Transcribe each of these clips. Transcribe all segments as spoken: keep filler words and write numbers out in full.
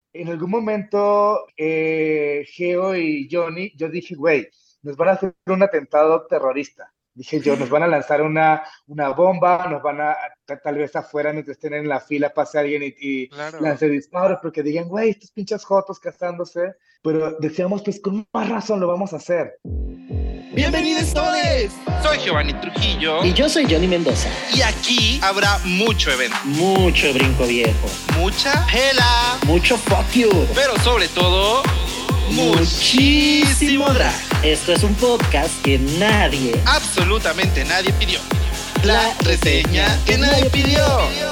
en algún momento, eh, Geo y Johnny, yo dije, güey, nos van a hacer un atentado terrorista. Dije yo, nos van a lanzar una, una bomba, nos van a, tal vez afuera, mientras estén en la fila, pase alguien y, y Claro. lance disparos, porque digan, güey, estos pinches jotos casándose. Pero decíamos, pues con más razón lo vamos a hacer. ¡Bienvenidos todos! Soy Giovanni Trujillo. Y yo soy Johnny Mendoza. Y aquí habrá mucho evento. Mucho brinco viejo. Mucha pela. Mucho fuck you. Pero sobre todo, muchísimo drag. Esto es un podcast que nadie, absolutamente nadie pidió. La reseña que nadie pidió.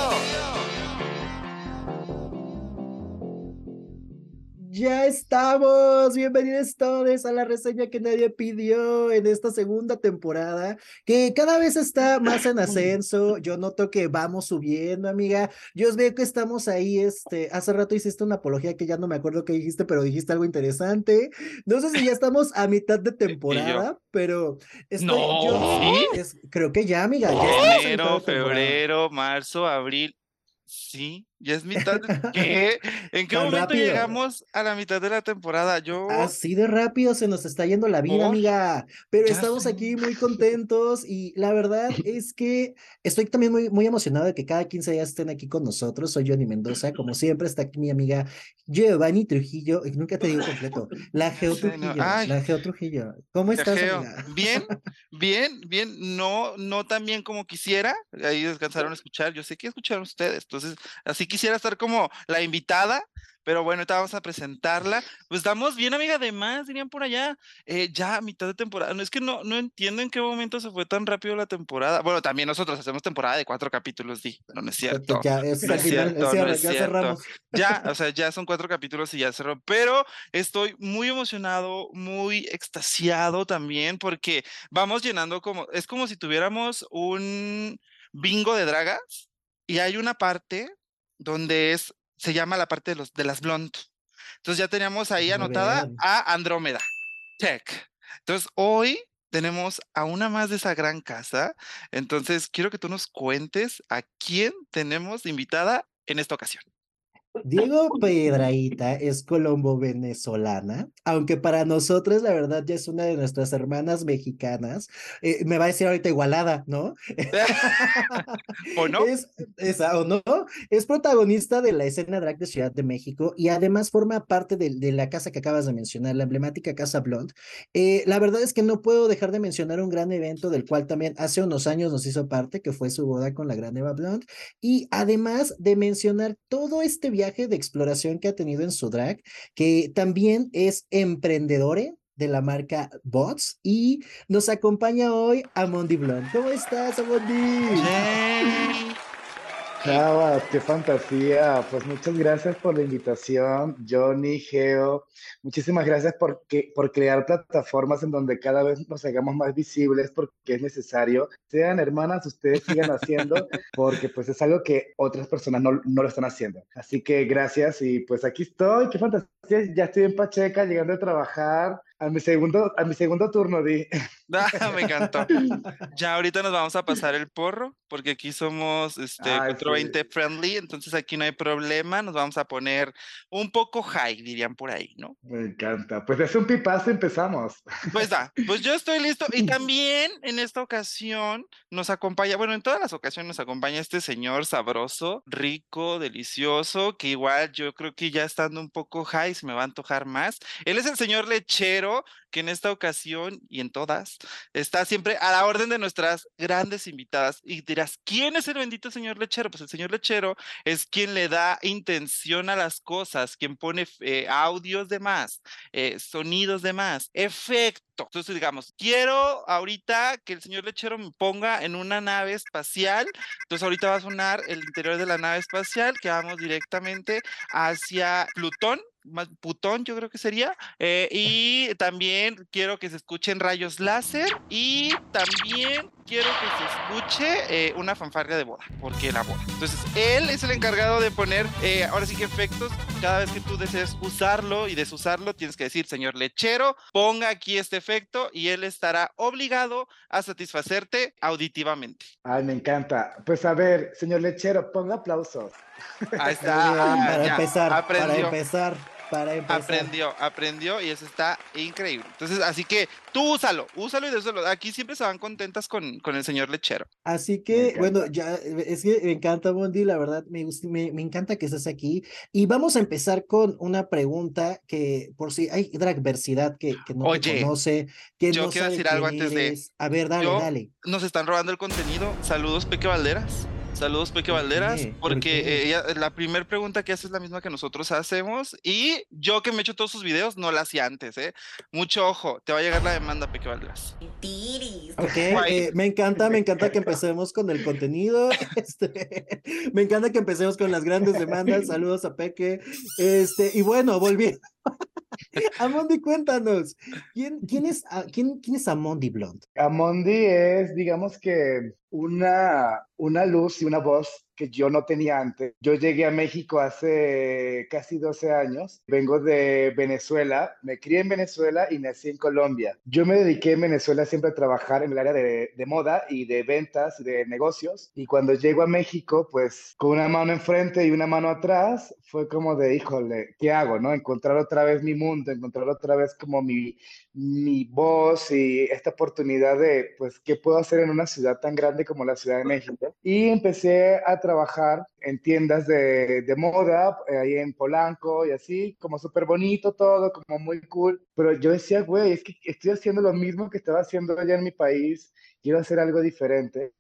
Ya estamos, bienvenidos todos a la reseña que nadie pidió en esta segunda temporada, que cada vez está más en ascenso. Yo noto que vamos subiendo, amiga. Yo os veo que estamos ahí, este, hace rato hiciste una apología que ya no me acuerdo qué dijiste, pero dijiste algo interesante. No sé si ya estamos a mitad de Y yo, temporada, pero estoy, yo, no, sí, ¿sí? es, creo que ya, amiga, ya estamos a mitad Enero, de temporada. febrero, marzo, abril. Sí, ya es mitad. de- ¿Qué? ¿En qué Tan momento rápido. llegamos a la mitad de la temporada? Yo, Así de rápido se nos está yendo la vida, por, amiga, pero ya sé. estamos aquí muy contentos y la verdad es que estoy también muy, muy emocionado de que cada quince días estén aquí con nosotros. Soy Johnny Mendoza, como siempre está aquí mi amiga Giovanni Trujillo, y nunca te digo completo, la Ya Geo sé, no. Trujillo, Ay, la Geo Trujillo. ¿Cómo estás, viajeo. amiga? Bien, bien, bien. No, no tan bien como quisiera. Ahí descansaron a escuchar. Yo sé que escucharon ustedes. Entonces, así quisiera estar como la invitada. Pero bueno, ahorita vamos a presentarla. Pues estamos bien, amiga. Además, dirían por allá, eh, ya a mitad de temporada. No es que no, no entiendo en qué momento se fue tan rápido la temporada. Bueno, también nosotros hacemos temporada de cuatro capítulos, di. No, no es Exacto, cierto. ya es No al es final, el cierto, no cierre, es ya cierto. cerramos. Ya, o sea, ya son cuatro capítulos y ya cerró. Pero estoy muy emocionado, muy extasiado también, porque vamos llenando como, es como si tuviéramos un bingo de dragas y hay una parte donde es, se llama la parte de los, de las blonde. Entonces ya teníamos ahí Muy anotada bien. a Andrómeda. Check. Entonces hoy tenemos a una más de esa gran casa. Entonces quiero que tú nos cuentes a quién tenemos de invitada en esta ocasión. Diego Piedrahíta es colombo-venezolana, aunque para nosotros la verdad ya es una de nuestras hermanas mexicanas. Eh, me va a decir ahorita Igualada, ¿no? ¿O no? Es, esa, ¿o no? Es protagonista de la escena drag de Ciudad de México y además forma parte de, de la casa que acabas de mencionar, la emblemática Casa Blonde. Eh, la verdad es que no puedo dejar de mencionar un gran evento del cual también hace unos años nos hizo parte, que fue su boda con la gran Eva Blonde. Y además de mencionar todo este viaje de exploración que ha tenido en su drag, que también es emprendedora de la marca Bots y nos acompaña hoy Amondi Blonde. ¿Cómo estás, Amondi? Yay. Y Chavas, qué fantasía. Pues muchas gracias por la invitación, Johnny, Geo. Muchísimas gracias por, que- por crear plataformas en donde cada vez nos hagamos más visibles porque es necesario. Sean hermanas, ustedes sigan haciendo porque pues es algo que otras personas no, no lo están haciendo. Así que gracias y pues aquí estoy. Qué fantasía. Ya estoy en Pacheca, llegando a trabajar a mi segundo, a mi segundo turno, di. ah, me encantó. Ya ahorita nos vamos a pasar el porro, porque aquí somos este Ay, cuatrocientos sí. veinte friendly, entonces aquí no hay problema, nos vamos a poner un poco high, dirían por ahí, ¿no? Me encanta. Pues es un pipazo, empezamos. Pues da, pues yo estoy listo y también en esta ocasión nos acompaña, bueno, en todas las ocasiones nos acompaña este señor sabroso, rico, delicioso, que igual yo creo que ya estando un poco high se me va a antojar más. Él es el señor lechero que en esta ocasión y en todas está siempre a la orden de nuestras grandes invitadas y dirás, ¿quién es el bendito señor lechero? Pues el señor lechero es quien le da intención a las cosas, quien pone eh, audios de más, eh, sonidos de más, efectos. Entonces, digamos, quiero ahorita que el señor lechero me ponga en una nave espacial. Entonces, ahorita va a sonar el interior de la nave espacial, que vamos directamente hacia Plutón. Más Putón, yo creo que sería. Eh, y también quiero que se escuchen rayos láser. Y también quiero que se escuche eh, una fanfarria de boda, porque la boda. Entonces, él es el encargado de poner, eh, ahora sí que efectos cada vez que tú desees usarlo y desusarlo, tienes que decir, señor lechero, ponga aquí este efecto y él estará obligado a satisfacerte auditivamente. Ay, me encanta. Pues a ver, señor lechero, ponga aplausos. Ahí Muy bien, está, para ya, empezar, para aprendió. empezar, para empezar. Aprendió, aprendió y eso está increíble. Entonces, así que tú úsalo, úsalo y déjalo. Aquí siempre se van contentas con, con el señor lechero. Así Me que, bueno, encanta. ya eh, es que me encanta, Bondi, la verdad, me, gust- me, me encanta que estés aquí. Y vamos a empezar con una pregunta que, por si hay dragversidad que, que no te Oye, conoce, que yo no quiero sabe decir algo quién antes de, eres. A ver, dale, yo, dale. nos están robando el contenido. Saludos, Peque Valderas. Saludos, Peque ¿Por Valderas, qué? ¿Por porque qué? eh, ella, la primera pregunta que hace es la misma que nosotros hacemos y yo que me he hecho todos sus videos no la hacía antes, ¿eh? Mucho ojo, te va a llegar la demanda, Peque Valderas. Tiris. Ok, Guay. eh, me encanta, me Me encanta que encanta. empecemos con el contenido. Este, me encanta que empecemos con las grandes demandas. Saludos a Peque. Este, y bueno, volviendo. Amondi, cuéntanos. ¿Quién, quién es, a- quién, quién es Amondi Blonde? Amondi es, digamos que, una, una luz y una voz que yo no tenía antes. Yo llegué a México hace casi doce años. Vengo de Venezuela, me crié en Venezuela y nací en Colombia. Yo me dediqué en Venezuela siempre a trabajar en el área de, de moda y de ventas y de negocios. Y cuando llego a México, pues con una mano enfrente y una mano atrás, fue como de, híjole, ¿qué hago, no? Encontrar otra vez mi mundo, encontrar otra vez como mi mi voz y esta oportunidad de, pues, ¿qué puedo hacer en una ciudad tan grande como la Ciudad de México? Y empecé a trabajar en tiendas de, de moda, eh, ahí en Polanco y así, como súper bonito todo, como muy cool. Pero yo decía, güey, es que estoy haciendo lo mismo que estaba haciendo allá en mi país, quiero hacer algo diferente.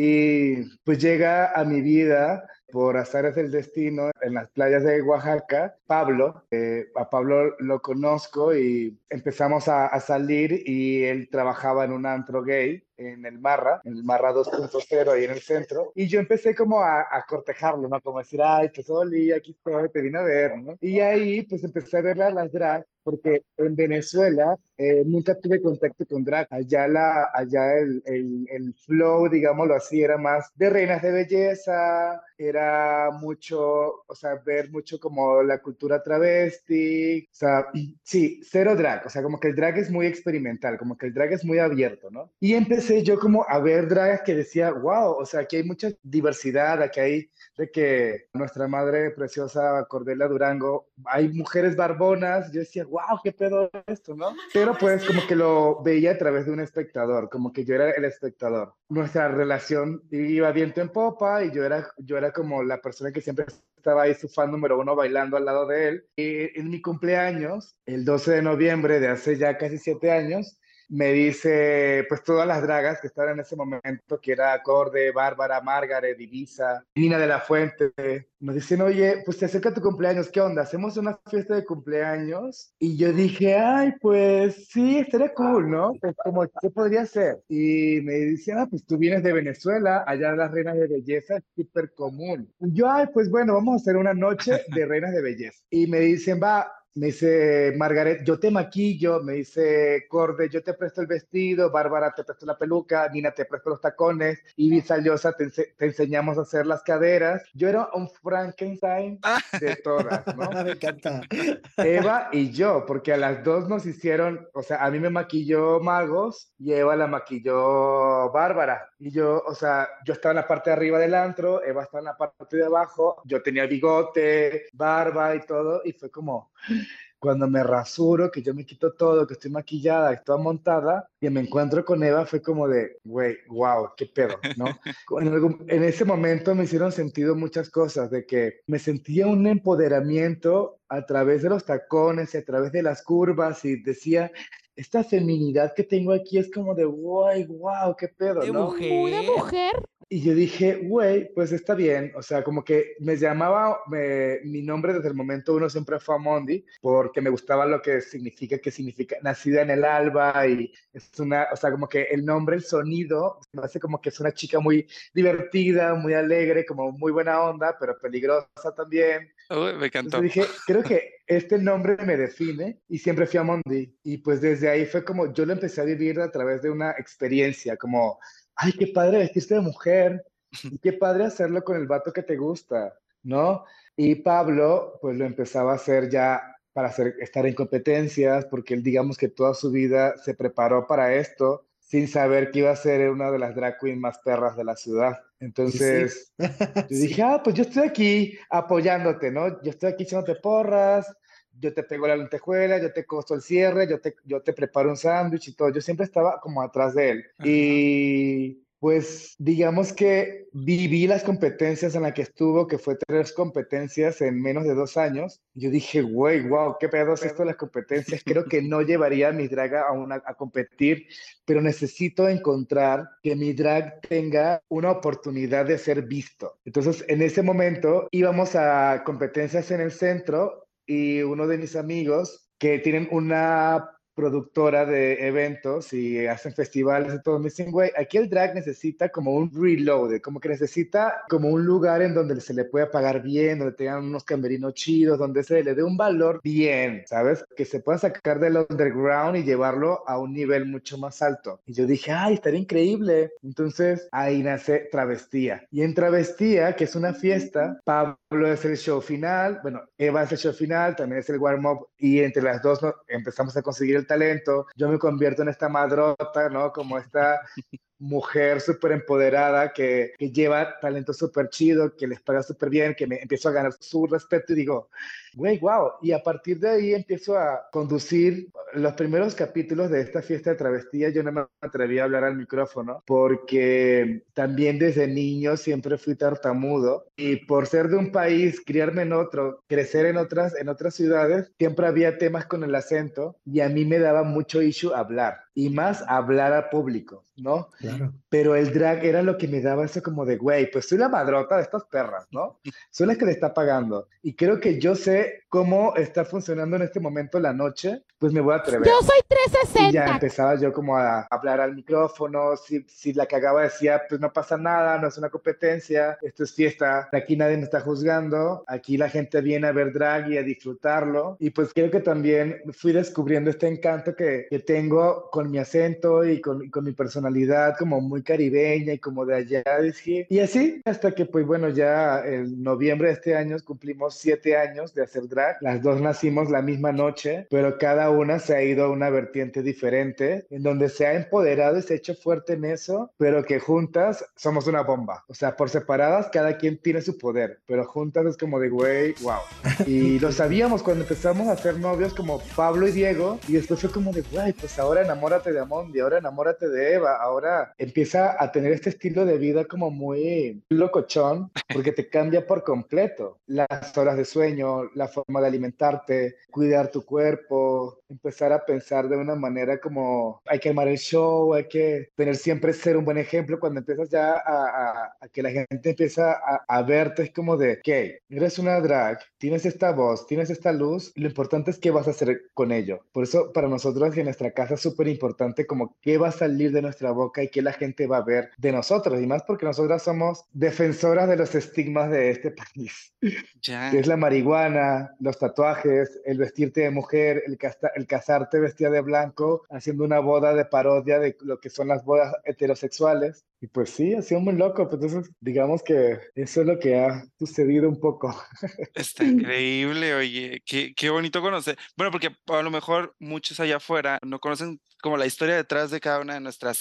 Y pues llega a mi vida por azares del destino, en las playas de Oaxaca, Pablo. Eh, a Pablo lo conozco y empezamos a, a salir y él trabajaba en un antro gay en el Marra, en el Marra dos punto cero ahí en el centro. Y yo empecé como a, a cortejarlo, ¿no? Como decir, ay, pues Oli, aquí estoy, te vine a ver, ¿no? Y ahí pues empecé a verle a las drag, porque en Venezuela eh, nunca tuve contacto con drag. Allá, la, allá el, el, el flow, digámoslo así, era más de reinas de belleza, era mucho, o sea, ver mucho como la cultura travesti, o sea, sí, cero drag, o sea, como que el drag es muy experimental, como que el drag es muy abierto, ¿no? Y empecé yo como a ver dragas que decía, wow, o sea, aquí hay mucha diversidad, aquí hay de que nuestra madre preciosa Cordela Durango, hay mujeres barbonas, yo decía, wow, qué pedo esto, ¿no? Pero pues como que lo veía a través de un espectador, como que yo era el espectador. Nuestra relación iba viento en popa y yo era, yo era como la persona que siempre estaba ahí su fan número uno bailando al lado de él. Y en mi cumpleaños, el doce de noviembre de hace ya casi siete años, me dice, pues todas las dragas que estaban en ese momento, que era Acorde, Bárbara, Margaret, Divisa, Nina de la Fuente, nos dicen, oye, pues se acerca tu cumpleaños, ¿qué onda? ¿Hacemos una fiesta de cumpleaños? Y yo dije, ay, pues sí, estaría cool, ¿no? Pues como, ¿qué podría ser? Y me dicen, ah, pues tú vienes de Venezuela, allá las reinas de belleza es súper común. Y yo, ay, pues bueno, vamos a hacer una noche de reinas de belleza. Y me dicen, va, me dice Margaret, yo te maquillo, me dice Corde, yo te presto el vestido, Bárbara te presto la peluca, Nina te presto los tacones, Ibiza Llosa te, ense te enseñamos a hacer las caderas. Yo era un Frankenstein de todas, ¿no? Me encanta. Eva y yo, porque a las dos nos hicieron, o sea, a mí me maquilló Magos y Eva la maquilló Bárbara. Y yo, o sea, yo estaba en la parte de arriba del antro, Eva estaba en la parte de abajo, yo tenía bigote, barba y todo, y fue como, cuando me rasuro, que yo me quito todo, que estoy maquillada, que estoy montada, y me encuentro con Eva, fue como de, güey, wow, qué pedo, ¿no? En, algún- en ese momento me hicieron sentido muchas cosas, de que me sentía un empoderamiento a través de los tacones y a través de las curvas, y decía, esta feminidad que tengo aquí es como de, guay, wow, qué pedo, De ¿no? mujer. Una mujer. Y yo dije, güey, pues está bien. O sea, como que me llamaba, me- mi nombre desde el momento uno siempre fue Amondi, porque me gustaba lo que significa, que significa nacida en el alba y es una, o sea, como que el nombre, el sonido, me hace como que es una chica muy divertida, muy alegre, como muy buena onda, pero peligrosa también. Uy, me Entonces encantó. dije, creo que este nombre me define y siempre fui Amondi. Y pues desde ahí fue como yo lo empecé a vivir a través de una experiencia, como, ay, qué padre vestirse de mujer y qué padre hacerlo con el vato que te gusta, ¿no? Y Pablo, pues lo empezaba a hacer ya para hacer, estar en competencias, porque él digamos que toda su vida se preparó para esto, sin saber que iba a ser una de las drag queens más perras de la ciudad. Y sí, Entonces, yo dije, sí. ah, pues yo estoy aquí apoyándote, ¿no? Yo estoy aquí echándote porras, yo te pego la lentejuela, yo te costo el cierre, yo te, yo te preparo un sándwich y todo. Yo siempre estaba como atrás de él. Ajá. Y pues digamos que viví las competencias en las que estuvo, que fue tres competencias en menos de dos años. Y yo dije, güey, wow, qué pedo es esto de las competencias. Creo que no llevaría a mi drag a, una, a competir, pero necesito encontrar que mi drag tenga una oportunidad de ser visto. Entonces, en ese momento íbamos a competencias en el centro y uno de mis amigos que tienen una productora de eventos y hacen festivales y todo, me dicen, güey, aquí el drag necesita como un reload, como que necesita como un lugar en donde se le pueda pagar bien, donde tengan unos camerinos chidos, donde se le dé un valor bien, ¿sabes? Que se pueda sacar del underground y llevarlo a un nivel mucho más alto. Y yo dije, ay, estaría increíble. Entonces ahí nace Travestía. Y en Travestía, que es una fiesta, Pablo es el show final, bueno, Eva es el show final, también es el warm-up, y entre las dos ¿no? empezamos a conseguir el talento. Yo me convierto en esta madrota, ¿no? Como esta mujer súper empoderada que, que lleva talento súper chido, que les paga súper bien, que me empiezo a ganar su respeto y digo, güey, wow. Y a partir de ahí empiezo a conducir los primeros capítulos de esta fiesta de travestía. Yo no me atreví a hablar al micrófono porque también desde niño siempre fui tartamudo y por ser de un país, criarme en otro, crecer en otras, en otras ciudades, siempre había temas con el acento y a mí me daba mucho issue hablar y más hablar al público, ¿no? Claro. Pero el drag era lo que me daba eso como de, güey, pues soy la madrota de estas perras, ¿no? Soy la que le está pagando. Y creo que yo sé cómo está funcionando en este momento la noche, pues me voy a atrever. Yo soy Y ya trescientos sesenta. empezaba yo como a hablar al micrófono, si, si la cagaba decía, pues no pasa nada, no es una competencia, esto es fiesta, aquí nadie me está juzgando, aquí la gente viene a ver drag y a disfrutarlo. Y pues creo que también fui descubriendo este encanto que, que tengo con mi acento y con, y con mi personalidad como muy caribeña y como de allá, dije. Y así hasta que pues bueno, ya en noviembre de este año cumplimos siete años de hacer drag. Las dos nacimos la misma noche, pero cada una se ha ido a una vertiente diferente, en donde se ha empoderado y se ha hecho fuerte en eso, pero que juntas somos una bomba. O sea, por separadas cada quien tiene su poder, pero juntas es como de, güey, wow. Y lo sabíamos cuando empezamos a ser novios como Pablo y Diego, y después fue como de, güey, pues ahora enamórate de Amondi, ahora enamórate de Eva, ahora empieza a tener este estilo de vida como muy locochón, porque te cambia por completo. Las horas de sueño, la forma de alimentarte, cuidar tu cuerpo, empezar a pensar de una manera como hay que armar el show, hay que tener siempre ser un buen ejemplo. Cuando empiezas ya a, a, a que la gente empieza a, a verte, es como de, ok, eres una drag, tienes esta voz, tienes esta luz, lo importante es qué vas a hacer con ello. Por eso para nosotros en nuestra casa es súper importante como qué va a salir de nuestra boca y qué la gente va a ver de nosotros, y más porque nosotras somos defensoras de los estigmas de este país, Ya. que es la marihuana, los tatuajes, el vestirte de mujer, el, casta- el casarte vestida de blanco, haciendo una boda de parodia de lo que son las bodas heterosexuales. Y pues sí, ha sido muy loco. Pues entonces, digamos que eso es lo que ha sucedido un poco. Está increíble, oye, qué, qué bonito conocer. Bueno, porque a lo mejor muchos allá afuera no conocen como la historia detrás de cada una de nuestras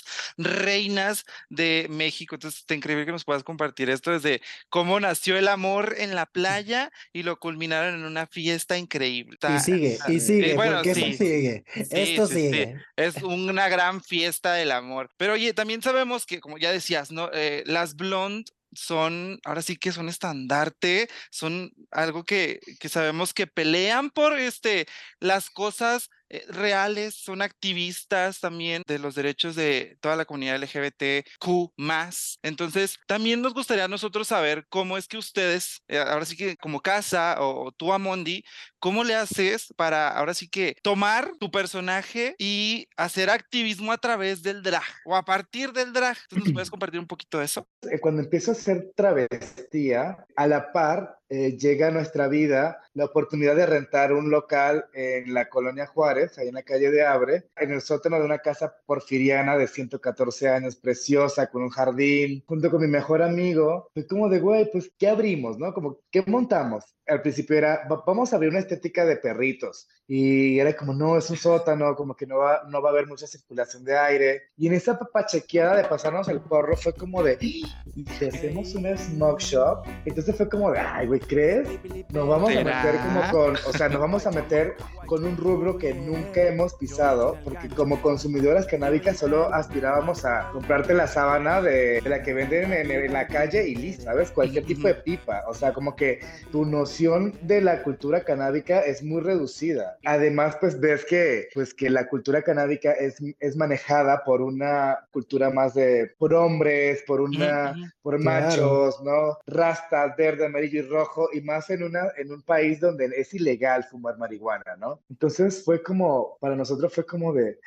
reinas de México. Entonces, está increíble que nos puedas compartir esto desde cómo nació el amor en la playa y lo culminaron en una fiesta increíble. Y Está, sigue, y eh, sigue, bueno, porque esto sí, sigue, sí, esto sí, sí. sigue. Es una gran fiesta del amor. Pero oye, también sabemos que, como ya decías, ¿no? Eh, las blonde son, ahora sí que son estandarte, son algo que, que sabemos que pelean por este, las cosas eh, reales, son activistas también de los derechos de toda la comunidad L G B T Q más. Entonces, también nos gustaría a nosotros saber cómo es que ustedes, eh, ahora sí que como casa o, o tú, Amondi, ¿cómo le haces para ahora sí que tomar tu personaje y hacer activismo a través del drag o a partir del drag? Entonces, ¿nos puedes compartir un poquito de eso? Cuando empiezo a hacer travestía, a la par eh, llega a nuestra vida la oportunidad de rentar un local en la Colonia Juárez, ahí en la calle de Abre, en el sótano de una casa porfiriana de ciento catorce años, preciosa, con un jardín, junto con mi mejor amigo. Fue como de, güey, pues, ¿qué abrimos, no? Como, ¿qué montamos? Al principio era, "Va- vamos a abrir una estética de perritos". Y era como, no, es un sótano, como que no va, no va a haber mucha circulación de aire. Y en esa papachequeada de pasarnos el porro fue como de, ¿y si hacemos una smoke shop? Entonces fue como de, ay, güey, ¿crees? Nos vamos a ¿Será? meter como con, o sea, nos vamos a meter con un rubro que nunca hemos pisado, porque como consumidoras canábicas solo aspirábamos a comprarte la sábana de, de la que venden en, en la calle y listo, ¿sabes? Cualquier tipo de pipa. O sea, como que tu noción de la cultura canábica es muy reducida. Además, pues ves que, pues, que la cultura canábica es, es manejada por una cultura más de, por hombres, por una, Ujú, ujú. por Claro. machos, ¿no? Rastas, verde, amarillo y rojo, y más en, una, en un país donde es ilegal fumar marihuana, ¿no? Entonces fue como, para nosotros fue como de,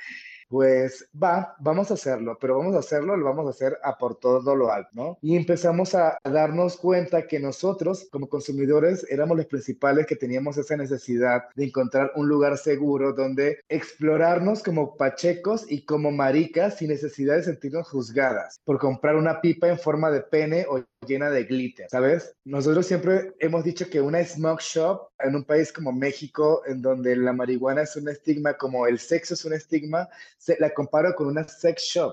pues va, vamos a hacerlo, pero vamos a hacerlo, lo vamos a hacer a por todo lo alto, ¿no? Y empezamos a darnos cuenta que nosotros, como consumidores, éramos los principales que teníamos esa necesidad de encontrar un lugar seguro donde explorarnos como pachecos y como maricas sin necesidad de sentirnos juzgadas por comprar una pipa en forma de pene o llena de glitter, ¿sabes? Nosotros siempre hemos dicho que una smoke shop en un país como México, en donde la marihuana es un estigma, como el sexo es un estigma, se, la comparo con una sex shop.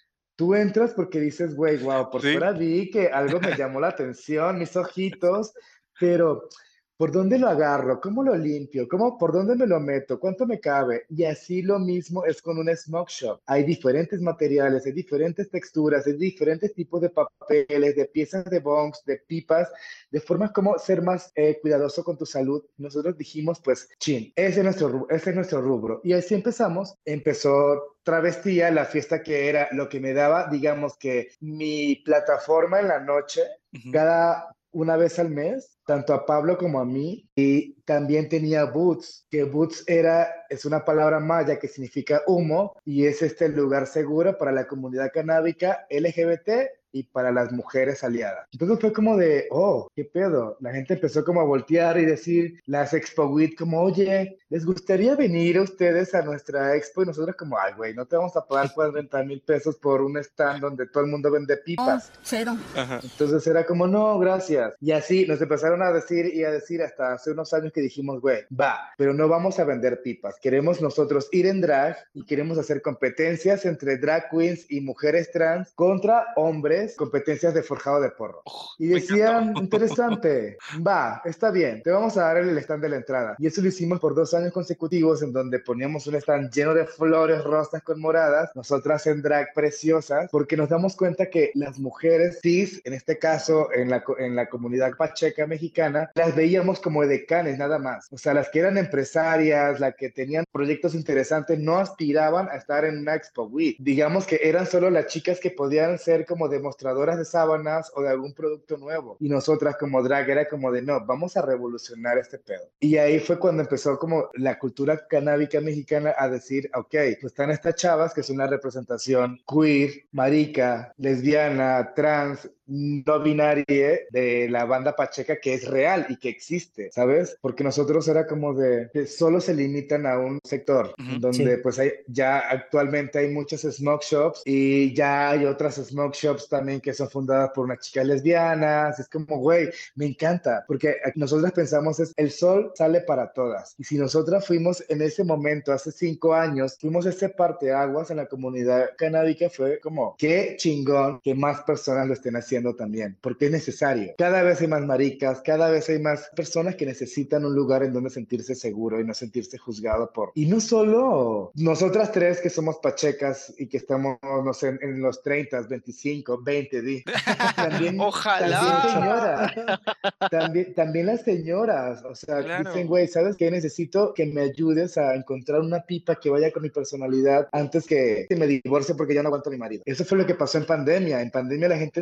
Tú entras porque dices, güey, wow, por Sí. fuera vi que algo me llamó la atención, mis ojitos, pero ¿por dónde lo agarro? ¿Cómo lo limpio? ¿Cómo, por dónde me lo meto? ¿Cuánto me cabe? Y así lo mismo es con un smoke shop. Hay diferentes materiales, hay diferentes texturas, hay diferentes tipos de papeles, de piezas de bongs, de pipas, de formas como ser más eh, cuidadoso con tu salud. Nosotros dijimos, pues, chin, ese es nuestro, ru- ese es nuestro rubro. Y así empezamos. Empezó Travestía, la fiesta que era lo que me daba, digamos que mi plataforma en la noche, Ujú. cada una vez al mes, tanto a Pablo como a mí, y también tenía Boots, que Boots era, es una palabra maya que significa humo, y es este lugar seguro para la comunidad canábica L G B T y para las mujeres aliadas. Entonces fue como de, oh, qué pedo. La gente empezó como a voltear y decir, las Expo Week, como, oye, ¿les gustaría venir a ustedes a nuestra expo? Y nosotros como, ay, güey, no te vamos a pagar cuarenta mil pesos por un stand donde todo el mundo vende pipas. Cero. Ajá. Entonces era como, no, gracias. Y así nos empezaron a decir y a decir hasta hace unos años que dijimos, güey, va, pero no vamos a vender pipas. Queremos nosotros ir en drag y queremos hacer competencias entre drag queens y mujeres trans contra hombres, competencias de forjado de porro. Y Me decían, encantó. interesante, va, está bien, te vamos a dar el stand de la entrada. Y eso lo hicimos por dos años consecutivos en donde poníamos un stand lleno de flores rosas con moradas, nosotras en drag preciosas, porque nos damos cuenta que las mujeres cis, en este caso en la, co- en la comunidad pacheca mexicana, las veíamos como edecanes nada más. O sea, las que eran empresarias, las que tenían proyectos interesantes, no aspiraban a estar en una Expo Week. Digamos que eran solo las chicas que podían ser como demostradoras de sábanas o de algún producto nuevo. Y nosotras como drag era como de, no, vamos a revolucionar este pedo. Y ahí fue cuando empezó como la cultura canábica mexicana a decir, ok, pues están estas chavas que son la representación queer, marica, lesbiana, trans, no binaria de la banda pacheca que es real y que existe, ¿sabes? Porque nosotros era como de que solo se limitan a un sector, Ujú. en donde Sí. pues hay, ya actualmente hay muchas smoke shops y ya hay otras smoke shops también que son fundadas por unas chicas lesbianas. Es como, güey, me encanta, porque nosotros pensamos es el sol sale para todas. Y si nosotras fuimos en ese momento, hace cinco años, fuimos ese parteaguas en la comunidad canábica, fue como, qué chingón que más personas lo estén haciendo también, porque es necesario. Cada vez hay más maricas, cada vez hay más personas que necesitan un lugar en donde sentirse seguro y no sentirse juzgado por... Y no solo nosotras tres que somos pachecas y que estamos, no sé, en, en los treinta, veinticinco, veinte, di. También, también Ojalá. señoras. También, también las señoras, o sea, Claro. dicen, güey, ¿sabes qué? Necesito que me ayudes a encontrar una pipa que vaya con mi personalidad antes que, que me divorcie porque ya no aguanto a mi marido. Eso fue lo que pasó en pandemia. En pandemia la gente encerrada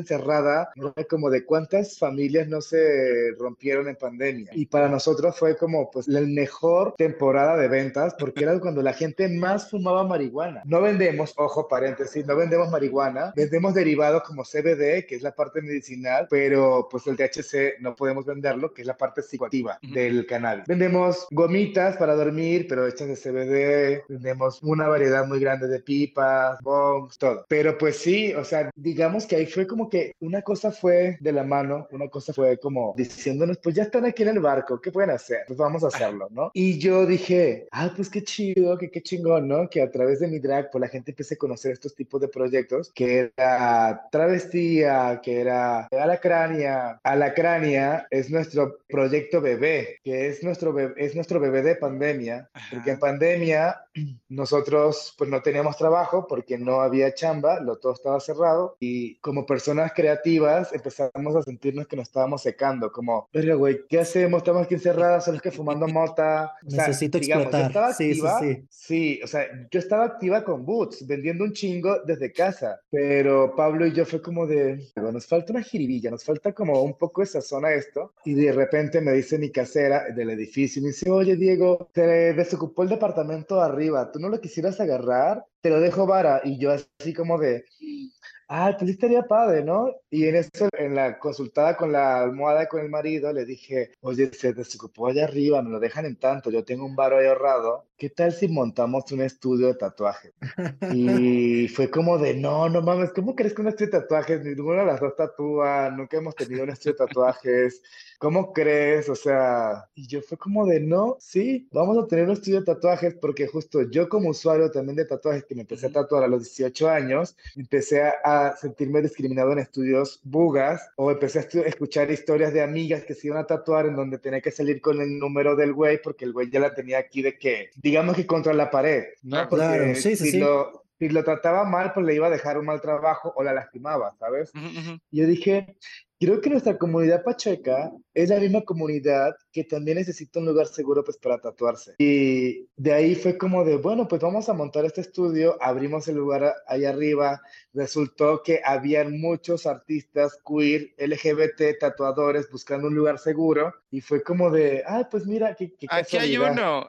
pasada era como de cuántas familias no se rompieron en pandemia. Y para nosotros fue como pues la mejor temporada de ventas porque era cuando la gente más fumaba marihuana. No vendemos, ojo paréntesis, no vendemos marihuana, vendemos derivados como C B D, que es la parte medicinal, pero pues el T H C no podemos venderlo, que es la parte psicoactiva del cannabis. Vendemos gomitas para dormir, pero hechas de C B D, vendemos una variedad muy grande de pipas, bongs, todo. Pero pues sí, o sea, digamos que ahí fue como que una cosa fue de la mano, una cosa fue como diciéndonos, pues ya están aquí en el barco, ¿qué pueden hacer? Pues vamos a hacerlo, ¿no? Y yo dije, ah, pues qué chido, que qué chingón, ¿no? Que a través de mi drag, pues la gente empiece a conocer estos tipos de proyectos, que era Travestía, que era Alacrania. Alacrania es nuestro proyecto bebé, que es nuestro bebé, es nuestro bebé de pandemia, porque en pandemia nosotros pues no teníamos trabajo porque no había chamba, lo todo estaba cerrado y como personas creativas empezamos a sentirnos que nos estábamos secando, como, verga, güey, ¿qué hacemos? Estamos aquí encerradas, solo es que fumando mota. O sea, Necesito digamos, yo explotar. estaba Sí, sí, activa, sí. sí, o sea, yo estaba activa con Boots, vendiendo un chingo desde casa, pero Pablo y yo fue como de, nos falta una jiribilla, nos falta como un poco de sazón a esto, y de repente me dice mi casera del edificio, me dice, oye Diego, te desocupó el departamento de arriba, ¿tú no lo quisieras agarrar? Te lo dejo vara, y yo así como de, ah, pues sí estaría padre, ¿no? Y en eso, en la consultada con la almohada y con el marido, le dije, oye, se desocupó allá arriba, me lo dejan en tanto, yo tengo un varo ahí ahorrado, ¿qué tal si montamos un estudio de tatuaje? Y fue como de, no, no mames, ¿cómo crees que un estudio de tatuajes? Ninguna de las dos tatúa, nunca hemos tenido un estudio de tatuajes, ¿cómo crees? O sea, y yo fue como de, no, sí, vamos a tener un estudio de tatuajes porque justo yo como usuario también de tatuajes que me empecé a tatuar a los dieciocho años, empecé a, a sentirme discriminado en estudios bugas o empecé a estu- escuchar historias de amigas que se iban a tatuar en donde tenía que salir con el número del güey porque el güey ya la tenía aquí de que, digamos que contra la pared, ¿no? Claro. Claro, Porque sí, sí, si sí. lo, si lo trataba mal, pues le iba a dejar un mal trabajo o la lastimaba, ¿sabes? Ujú, ujú. Y yo dije, creo que nuestra comunidad pacheca es la misma comunidad que también necesita un lugar seguro pues para tatuarse. Y de ahí fue como de, bueno, pues vamos a montar este estudio, abrimos el lugar a- ahí arriba, resultó que habían muchos artistas queer, L G B T, tatuadores buscando un lugar seguro y fue como de, ah, pues mira, qué, qué Aquí hay casualidad. uno.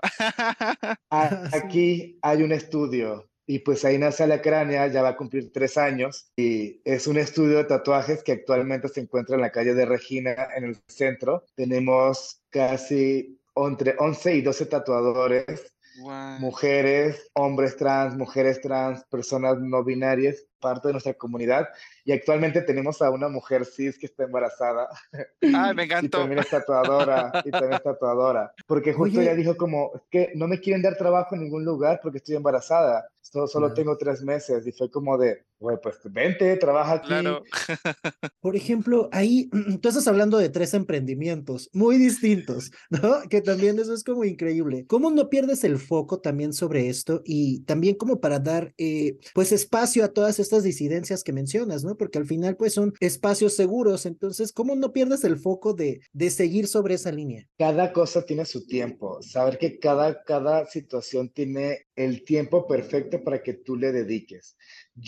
A- Sí. Aquí hay un estudio y pues ahí nace la cránea, ya va a cumplir tres años y es un estudio de tatuajes que actualmente se encuentra en la calle de Regina, en el centro. Tenemos casi entre once y doce tatuadores, Guau. mujeres, hombres trans, mujeres trans, personas no binarias, parte de nuestra comunidad. Y actualmente tenemos a una mujer cis que está embarazada Ay, me y encantó. también es tatuadora, y también es tatuadora. Porque justo ella Oye, dijo como, es que no me quieren dar trabajo en ningún lugar porque estoy embarazada. Solo, solo claro. tengo tres meses. Y fue como de, güey, pues vente, trabaja aquí. Claro. Por ejemplo, ahí tú estás hablando de tres emprendimientos muy distintos, ¿no? Que también eso es como increíble. ¿Cómo no pierdes el foco también sobre esto y también como para dar eh, pues espacio a todas estas disidencias que mencionas, ¿no? Porque al final pues son espacios seguros, entonces, ¿cómo no pierdes el foco de, de seguir sobre esa línea? Cada cosa tiene su tiempo. Saber que cada, cada situación tiene el tiempo perfecto para que tú le dediques.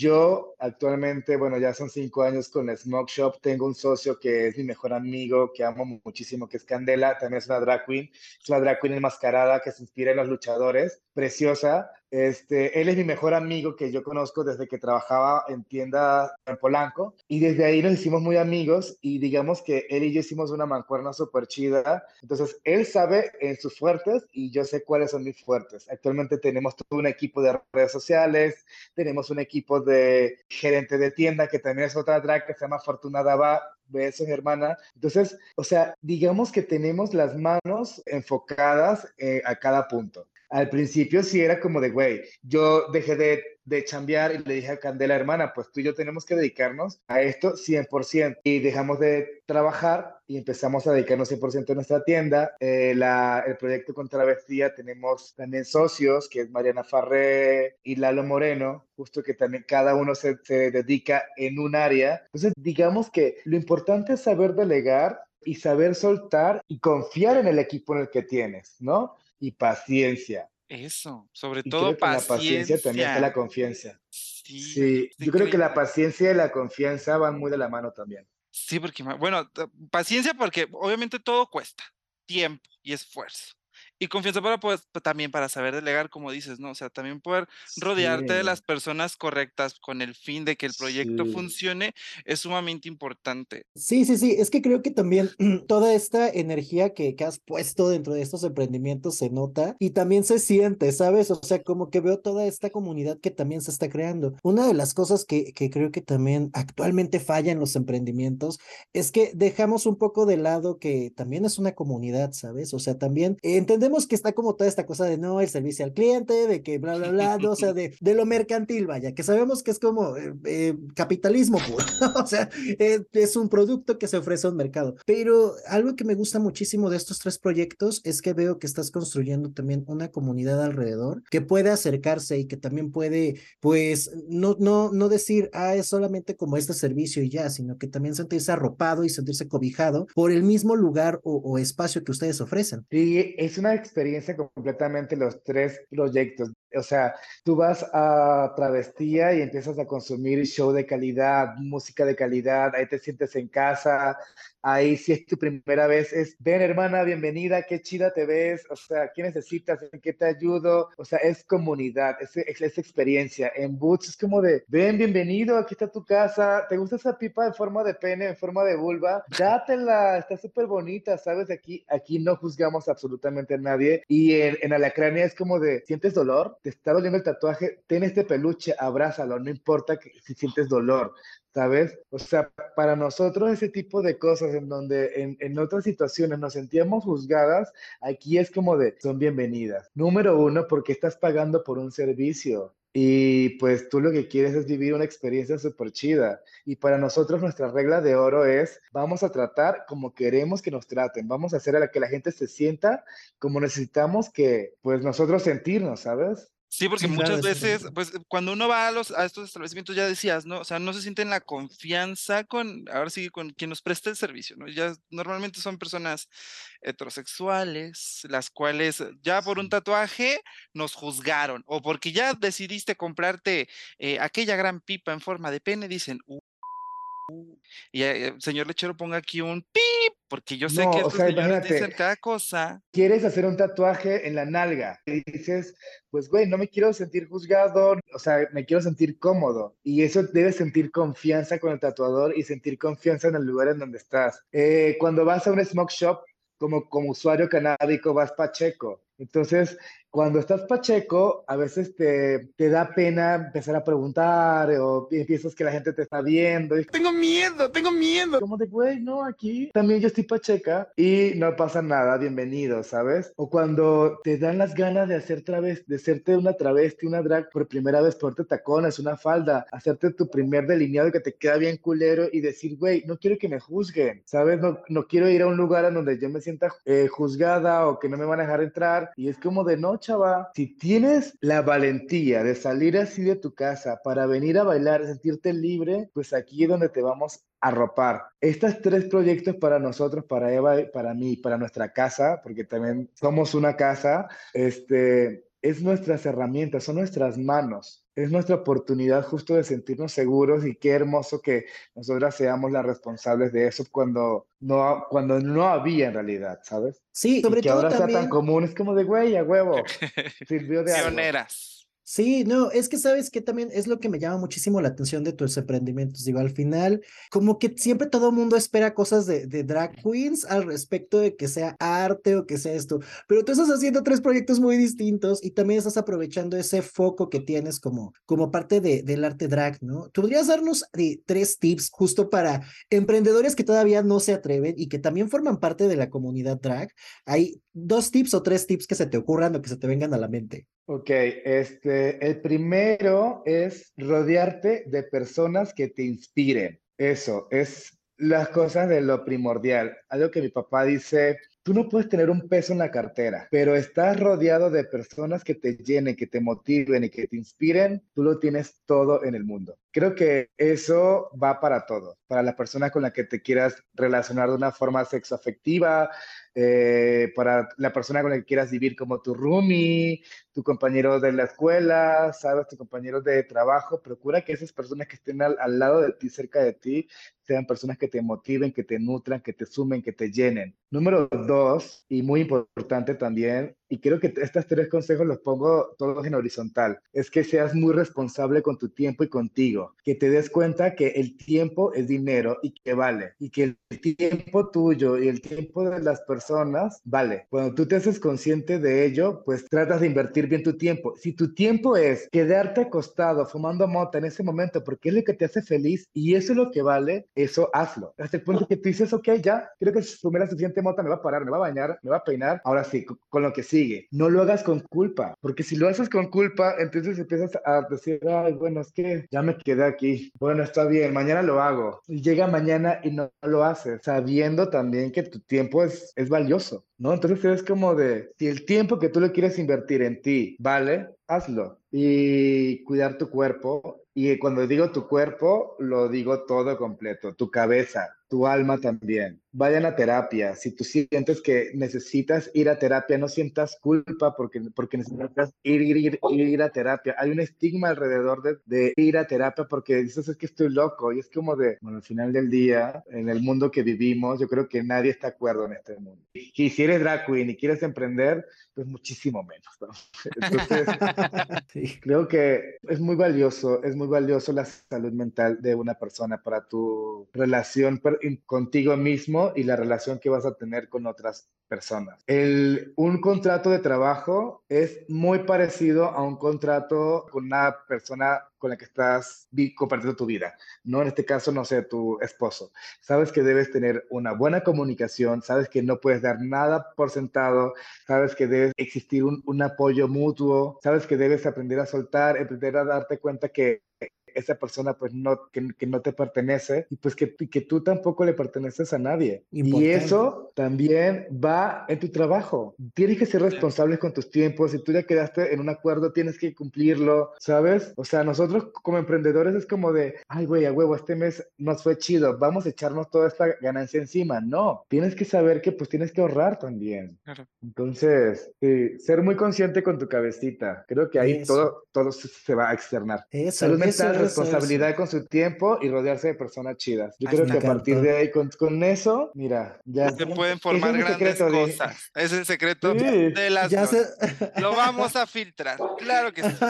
Yo actualmente, bueno, ya son cinco años con la Smoke Shop. Tengo un socio que es mi mejor amigo, que amo muchísimo, que es Candela. También es una drag queen. Es una drag queen enmascarada que se inspira en los luchadores. Preciosa. Este, él es mi mejor amigo que yo conozco desde que trabajaba en tienda en Polanco. Y desde ahí nos hicimos muy amigos. Y digamos que él y yo hicimos una mancuerna súper chida. Entonces, él sabe en sus fuertes y yo sé cuáles son mis fuertes. Actualmente tenemos todo un equipo de redes sociales, tenemos un equipo de gerente de tienda, que también es otra drag que se llama Fortuna Dava, besos, hermana. Entonces, o sea, digamos que tenemos las manos enfocadas eh, a cada punto. Al principio sí era como de, güey, yo dejé de, de chambear y le dije a Candela, hermana, pues tú y yo tenemos que dedicarnos a esto cien por ciento. Y dejamos de trabajar y empezamos a dedicarnos cien por ciento a nuestra tienda. Eh, la, el proyecto con Travestía tenemos también socios, que es Mariana Farré y Lalo Moreno, justo que también cada uno se, se dedica en un área. Entonces, digamos que lo importante es saber delegar y saber soltar y confiar en el equipo en el que tienes, ¿no? Y paciencia. Eso, sobre Y todo creo que en la paciencia también está la paciencia. confianza. Sí, Sí, es yo creo que la increíble. paciencia y la confianza van muy de la mano también. Sí, porque, ma- bueno, t- paciencia porque obviamente todo cuesta tiempo y esfuerzo. Y confianza para poder, pa- también para saber delegar, como dices, ¿no? O sea, también poder rodearte de Sí, las personas correctas con el fin de que el proyecto sí. funcione es sumamente importante. Sí, sí, sí, es que creo que también toda esta energía que, que has puesto dentro de estos emprendimientos se nota y también se siente, ¿sabes? O sea, como que veo toda esta comunidad que también se está creando. Una de las cosas que, que creo que también actualmente falla en los emprendimientos es que dejamos un poco de lado que también es una comunidad, ¿sabes? O sea, también entendemos que está como toda esta cosa de no, el servicio al cliente, de que bla, bla, bla, no, o sea, de, de lo mercantil, vaya, que sabemos que es como eh, eh, capitalismo puro, o sea, eh, es un producto que se ofrece a un mercado. Pero algo que me gusta muchísimo de estos tres proyectos es que veo que estás construyendo también una comunidad alrededor que puede acercarse y que también puede, pues, no, no, no decir, ah, es solamente como este servicio y ya, sino que también sentirse arropado y sentirse cobijado por el mismo lugar o, o espacio que ustedes ofrecen. Sí, es una experiencia completamente los tres proyectos. O sea, tú vas a Travestía y empiezas a consumir show de calidad, música de calidad, ahí te sientes en casa, ahí si es tu primera vez es, ven hermana, bienvenida, qué chida te ves, o sea, ¿qué necesitas? ¿En qué te ayudo? O sea, es comunidad, es, es, es experiencia. En Boots es como de, ven, bienvenido, aquí está tu casa, ¿te gusta esa pipa en forma de pene, en forma de vulva? Dátela, está súper bonita, ¿sabes? Aquí, aquí no juzgamos absolutamente a nadie y en, en Alacrania es como de, ¿sientes dolor? ¿Te está doliendo el tatuaje? Ten este peluche, abrázalo, no importa que, si sientes dolor, ¿sabes? O sea, para nosotros ese tipo de cosas en donde en, en otras situaciones nos sentíamos juzgadas, aquí es como de, son bienvenidas. Número uno, porque estás pagando por un servicio. Y pues tú lo que quieres es vivir una experiencia súper chida. Y para nosotros nuestra regla de oro es, vamos a tratar como queremos que nos traten, vamos a hacer a la que la gente se sienta como necesitamos que, pues nosotros sentirnos, ¿sabes? Sí, porque Sí, claro, muchas es veces, correcto. pues cuando uno va a los a estos establecimientos, ya decías, ¿no? O sea, no se sienten la confianza con, ahora sí, con quien nos presta el servicio, ¿no? Ya normalmente son personas heterosexuales, las cuales ya por un tatuaje nos juzgaron, o porque ya decidiste comprarte eh, aquella gran pipa en forma de pene, dicen, "Uh", y eh, señor lechero ponga aquí un pip, porque yo sé No, que o estos sea, señores dicen imagínate, cada cosa. quieres hacer un tatuaje en la nalga y dices, pues güey, no me quiero sentir juzgado, o sea, me quiero sentir cómodo y eso debes sentir confianza con el tatuador y sentir confianza en el lugar en donde estás. Eh, cuando vas a un smoke shop, como, como usuario canábico, vas pacheco. Entonces, cuando estás pacheco, a veces te, te da pena empezar a preguntar o piensas que la gente te está viendo. Y Tengo miedo, tengo miedo. como de, güey, no, aquí también yo estoy pacheca y no pasa nada, bienvenido, ¿sabes? O cuando te dan las ganas de hacer travesti, de hacerte una travesti, una drag por primera vez, ponerte tacones, una falda, hacerte tu primer delineado que te queda bien culero y decir, güey, no quiero que me juzguen, ¿sabes? No, no quiero ir a un lugar en donde yo me sienta eh, juzgada o que no me van a dejar entrar. Y es como de, no, chava, si tienes la valentía de salir así de tu casa para venir a bailar, sentirte libre, pues aquí es donde te vamos arropar. Estos tres proyectos para nosotros, para Eva, para mí, para nuestra casa, porque también somos una casa, este, es nuestras herramientas, son nuestras manos. Es nuestra oportunidad justo de sentirnos seguros y qué hermoso que nosotras seamos las responsables de eso cuando no, cuando no había en realidad, ¿sabes? Sí, Y sobre que todo ahora sea tan también. común, es como de güey, a huevo, sirvió de algo. Pioneras. Sí, no, es que sabes que también es lo que me llama muchísimo la atención de tus emprendimientos. Digo, al final, como que siempre todo el mundo espera cosas de, de drag queens al respecto de que sea arte o que sea esto, pero tú estás haciendo tres proyectos muy distintos y también estás aprovechando ese foco que tienes como, como parte de, del arte drag, ¿no? ¿Tú podrías darnos eh, tres tips justo para emprendedores que todavía no se atreven y que también forman parte de la comunidad drag? Hay dos tips o tres tips que se te ocurran o que se te vengan a la mente. Ok, este, el primero es rodearte de personas que te inspiren. Eso es las cosas de lo primordial. Algo que mi papá dice, tú no puedes tener un peso en la cartera, pero estás rodeado de personas que te llenen, que te motiven y que te inspiren, tú lo tienes todo en el mundo. Creo que eso va para todo, para la persona con la que te quieras relacionar de una forma sexoafectiva, eh, para la persona con la que quieras vivir como tu roomie, tu compañero de la escuela, sabes, tu compañero de trabajo. Procura que esas personas que estén al, al lado de ti, cerca de ti, sean personas que te motiven, que te nutran, que te sumen, que te llenen. Número dos, y muy importante también, y creo que estos tres consejos los pongo todos en horizontal, es que seas muy responsable con tu tiempo y contigo, que te des cuenta que el tiempo es dinero y que vale, y que el tiempo tuyo y el tiempo de las personas vale. Cuando tú te haces consciente de ello, pues tratas de invertir bien tu tiempo. Si tu tiempo es quedarte acostado fumando mota en ese momento porque es lo que te hace feliz y eso es lo que vale, eso hazlo. Hasta el punto que tú dices, ok, ya, creo que fumé la suficiente mota, me va a parar, me va a bañar, me va a peinar, ahora sí, con, con lo que sigue. No lo hagas con culpa, porque si lo haces con culpa, entonces empiezas a decir, ay, bueno, es que ya me quedé aquí. Bueno, está bien, mañana lo hago. Y llega mañana y no lo haces, sabiendo también que tu tiempo es, es valioso, ¿no? Entonces es como de, si el tiempo que tú le quieres invertir en ti vale, hazlo. Y cuidar tu cuerpo. Y cuando digo tu cuerpo, lo digo todo completo. Tu cabeza, tu alma también. Vayan a terapia. Si tú sientes que necesitas ir a terapia, no sientas culpa porque, porque necesitas ir, ir, ir, ir a terapia. Hay un estigma alrededor de, de ir a terapia porque dices, es que estoy loco. Y es como de, bueno, al final del día, en el mundo que vivimos, yo creo que nadie está de acuerdo en este mundo. Y si eres drag queen y quieres emprender, pues muchísimo menos, ¿no? Entonces, Sí. creo que es muy valioso, es muy valioso la salud mental de una persona para tu relación per- contigo mismo y la relación que vas a tener con otras personas. El, un contrato de trabajo es muy parecido a un contrato con una persona con la que estás vi- compartiendo tu vida, ¿no? En este caso, no sé, tu esposo. Sabes que debes tener una buena comunicación, sabes que no puedes dar nada por sentado, sabes que debe existir un, un apoyo mutuo, sabes que debes aprender a soltar, aprender a darte cuenta que esa persona pues no, que, que no te pertenece y pues que, que tú tampoco le perteneces a nadie. Y Importante. eso también va en tu trabajo. Tienes que ser Sí. responsable con tus tiempos. Si tú ya quedaste en un acuerdo, tienes que cumplirlo, ¿sabes? O sea, nosotros como emprendedores es como de, ay, güey, a huevo, este mes nos fue chido, vamos a echarnos toda esta ganancia encima. No, tienes que saber que pues tienes que ahorrar también. Claro. Entonces, sí, ser muy consciente con tu cabecita. Creo que ahí Eso, todo, todo se se va a externar. eso, Salud eso, mental, eso, eso. responsabilidad con su tiempo y rodearse de personas chidas. Yo Ahí creo Me que está. a partir encantó. de ahí, con, con eso, mira, ya. Se pueden Ese es formar mi grandes secreto, Di. cosas. Es el secreto Sí. de las Ya blondas. se... Lo vamos a filtrar. Claro que sí.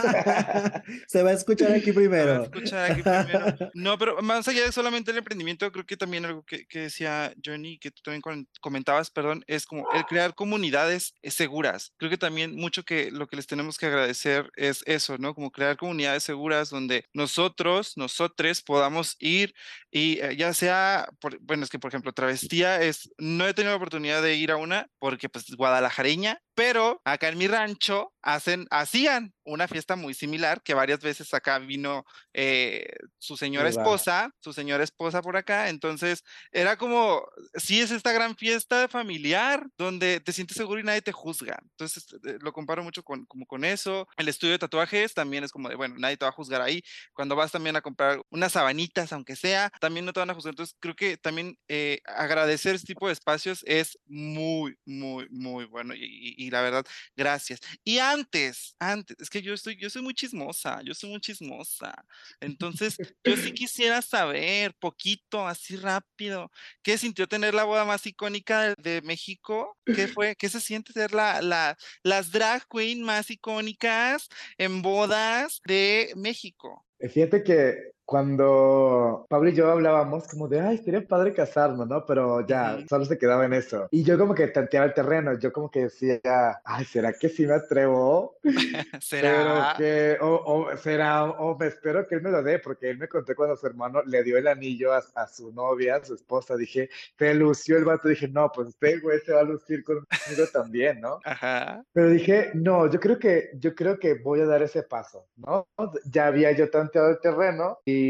Se va a escuchar aquí A ver, primero. escuchar aquí primero. No, pero más allá de solamente el emprendimiento, creo que también algo que, que decía Johnny, que tú también con- comentabas, perdón, es como el crear comunidades eh, seguras. Creo que también mucho que lo que les tenemos que agradecer es eso, ¿no? Como crear comunidades seguras donde nosotros, nosotres podamos ir y eh, ya sea, por- bueno, es que por ejemplo, Travestía es, no he tenido la oportunidad de ir a una porque pues guadalajareña, pero acá en mi rancho hacen, hacían una fiesta muy similar que varias veces acá vino eh, su señora Ahí va. esposa, su señora esposa por acá, entonces era como, sí es esta gran fiesta familiar donde te sientes seguro y nadie te juzga, entonces eh, lo comparo mucho con, como con eso, el estudio de tatuajes también es como de, bueno, nadie te va a juzgar ahí, cuando vas también a comprar unas sabanitas, aunque sea, también no te van a juzgar, entonces creo que también eh, agradecer este tipo de espacios es muy, muy, muy bueno y, y- y la verdad, gracias. Y antes, antes, es que yo estoy, yo soy muy chismosa, yo soy muy chismosa. Entonces, yo sí quisiera saber, poquito, así rápido, ¿qué sintió tener la boda más icónica de, de México? ¿Qué fue? ¿Qué se siente ser la, la, las drag queen más icónicas en bodas de México? Fíjate que cuando Pablo y yo hablábamos como de, ay, sería padre casarnos, ¿no? Pero ya, Ujú. solo se quedaba en eso. Y yo como que tanteaba el terreno, yo como que decía, ay, ¿será que sí me atrevo? Pero ¿Será? que, o, o será, o me espero que él me lo dé, porque él me contó cuando su hermano le dio el anillo a, a su novia, a su esposa, dije, te lució el vato, dije, no, pues este güey se va a lucir conmigo también, ¿no? Ajá. Pero dije, no, yo creo que, yo creo que voy a dar ese paso, ¿no? Ya había yo tanteado el terreno y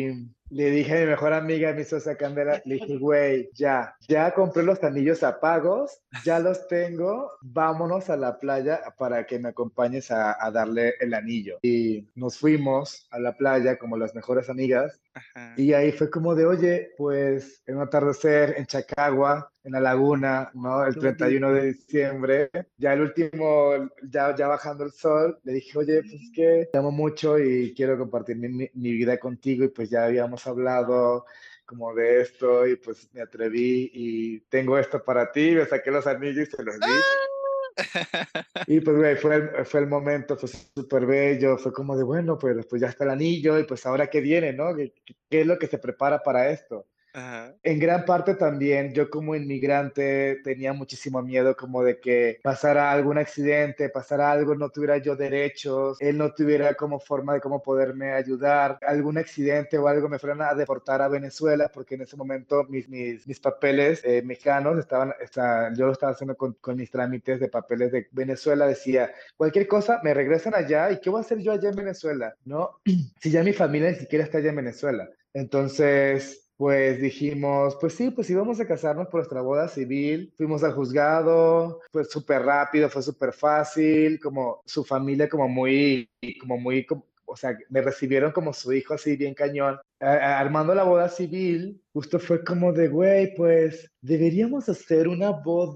Le dije a mi mejor amiga, mi socia Candela, le dije, güey, ya, ya compré los anillos a pagos, ya los tengo, vámonos a la playa para que me acompañes a, a darle el anillo. Y nos fuimos a la playa como las mejores amigas. Ajá. Y ahí fue como de, oye, pues en un atardecer en Chacagua, en la laguna, ¿no? El Qué treinta y uno de diciembre, ya el último, ya, ya bajando el sol, le dije, oye, pues es que te amo mucho y quiero compartir mi, mi, mi vida contigo y pues ya habíamos hablado como de esto y pues me atreví y tengo esto para ti, me saqué los anillos y se los di. Y pues, güey, fue el, fue el momento, fue súper bello, fue como de, bueno, pues, pues ya está el anillo y pues ahora qué viene, ¿no? ¿Qué, qué es lo que se prepara para esto? Ajá. En gran parte también, yo como inmigrante tenía muchísimo miedo como de que pasara algún accidente, pasara algo, no tuviera yo derechos, él no tuviera como forma de cómo poderme ayudar, algún accidente o algo me fueran a deportar a Venezuela, porque en ese momento mis, mis, mis papeles eh, mexicanos estaban, está, yo lo estaba haciendo con, con mis trámites de papeles de Venezuela, decía, cualquier cosa, me regresan allá y ¿qué voy a hacer yo allá en Venezuela? ¿No? Si ya mi familia ni siquiera está allá en Venezuela. Entonces, pues dijimos, pues sí, pues íbamos a casarnos por nuestra boda civil, fuimos al juzgado, fue súper rápido, fue súper fácil, como su familia como muy, como muy, como, o sea, me recibieron como su hijo así bien cañón. A, a, armando la boda civil, justo fue como de, güey, pues deberíamos hacer una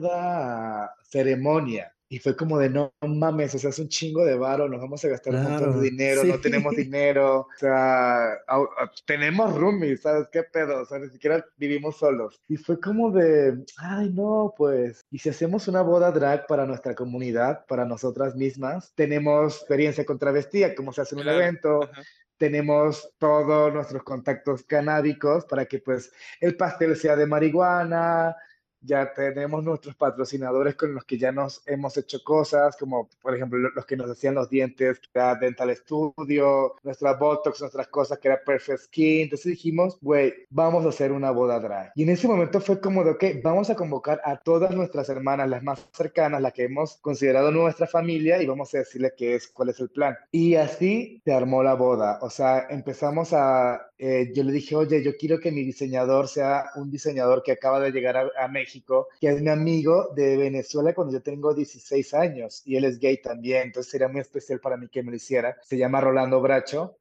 boda ceremonia. Y fue como de, no, no mames, o sea, es un chingo de varo, nos vamos a gastar un montón de Claro, dinero, no tenemos sí. dinero, o sea, au- a- tenemos roomies, ¿sabes qué pedo? O sea, ni siquiera vivimos solos. Y fue como de, ay, no, pues, ¿y si hacemos una boda drag para nuestra comunidad, para nosotras mismas? Tenemos experiencia con travestía, cómo se hace en un Claro. evento, Ajá. tenemos todos nuestros contactos canábicos para que, pues, el pastel sea de marihuana, ya tenemos nuestros patrocinadores con los que ya nos hemos hecho cosas, como por ejemplo los que nos hacían los dientes, que era Dental Studio, nuestra Botox, nuestras cosas que era Perfect Skin. Entonces dijimos, güey, vamos a hacer una boda drag. Y en ese momento fue como de, ok, vamos a convocar a todas nuestras hermanas, las más cercanas, las que hemos considerado nuestra familia, y vamos a decirle qué es, cuál es el plan. Y así se armó la boda. O sea, empezamos a, eh, yo le dije, oye, yo quiero que mi diseñador sea un diseñador que acaba de llegar a, a México, que es mi amigo de Venezuela cuando yo tengo dieciséis años y él es gay también, entonces sería muy especial para mí que me lo hiciera. Se llama Rolando Bracho,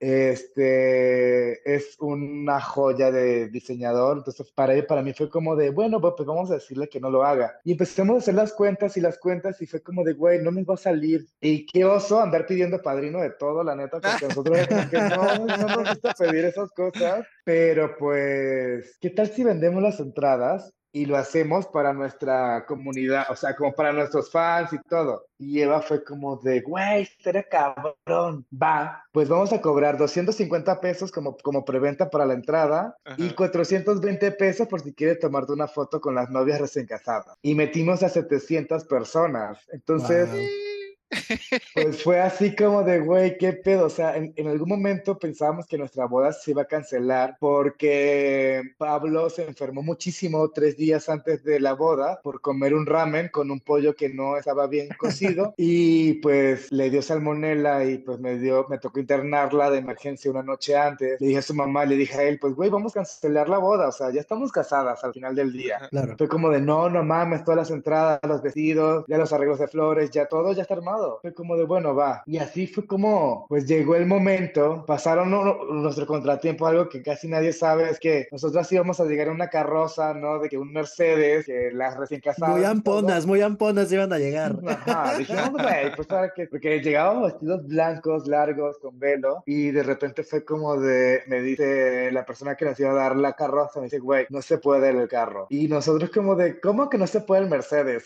este es una joya de diseñador, entonces para él, para mí fue como de, bueno, pues vamos a decirle que no lo haga. Y empezamos a hacer las cuentas y las cuentas y fue como de, güey, no nos va a salir. Y qué oso andar pidiendo padrino de todo, la neta, porque nosotros era como que no, no nos gusta pedir esas cosas, pero pues, ¿qué tal si vendemos las entradas y lo hacemos para nuestra comunidad, o sea, como para nuestros fans y todo? Y Eva fue como de, güey, estaría cabrón. Va, pues vamos a cobrar doscientos cincuenta pesos como, como preventa para la entrada y Ajá. cuatrocientos veinte pesos por si quieres tomarte una foto con las novias recién casadas. Y metimos a setecientas personas. Entonces, Wow. pues fue así como de, güey, qué pedo. O sea, en, en algún momento pensábamos que nuestra boda se iba a cancelar porque Pablo se enfermó muchísimo tres días antes de la boda por comer un ramen con un pollo que no estaba bien cocido y pues le dio salmonela y pues me dio, me tocó internarla de emergencia una noche antes. Le dije a su mamá, le dije a él, pues güey, vamos a cancelar la boda. O sea, ya estamos casadas al final del día. Ajá. Claro. Fue como de, no, no mames, todas las entradas, los vestidos, ya los arreglos de flores, ya todo ya está armado. Fue como de, bueno, va. Y así fue como, pues llegó el momento, pasaron no, no, nuestro contratiempo, algo que casi nadie sabe, es que nosotras íbamos a llegar a una carroza, ¿no? De que un Mercedes, que las recién Muy casadas y todo. amponas, muy amponas iban a llegar. Ajá, dijimos, güey, pues para qué, porque llegábamos vestidos blancos, largos, con velo, y de repente fue como de, me dice la persona que nos iba a dar la carroza, me dice, güey, no se puede el carro. Y nosotros como de, ¿cómo que no se puede el Mercedes?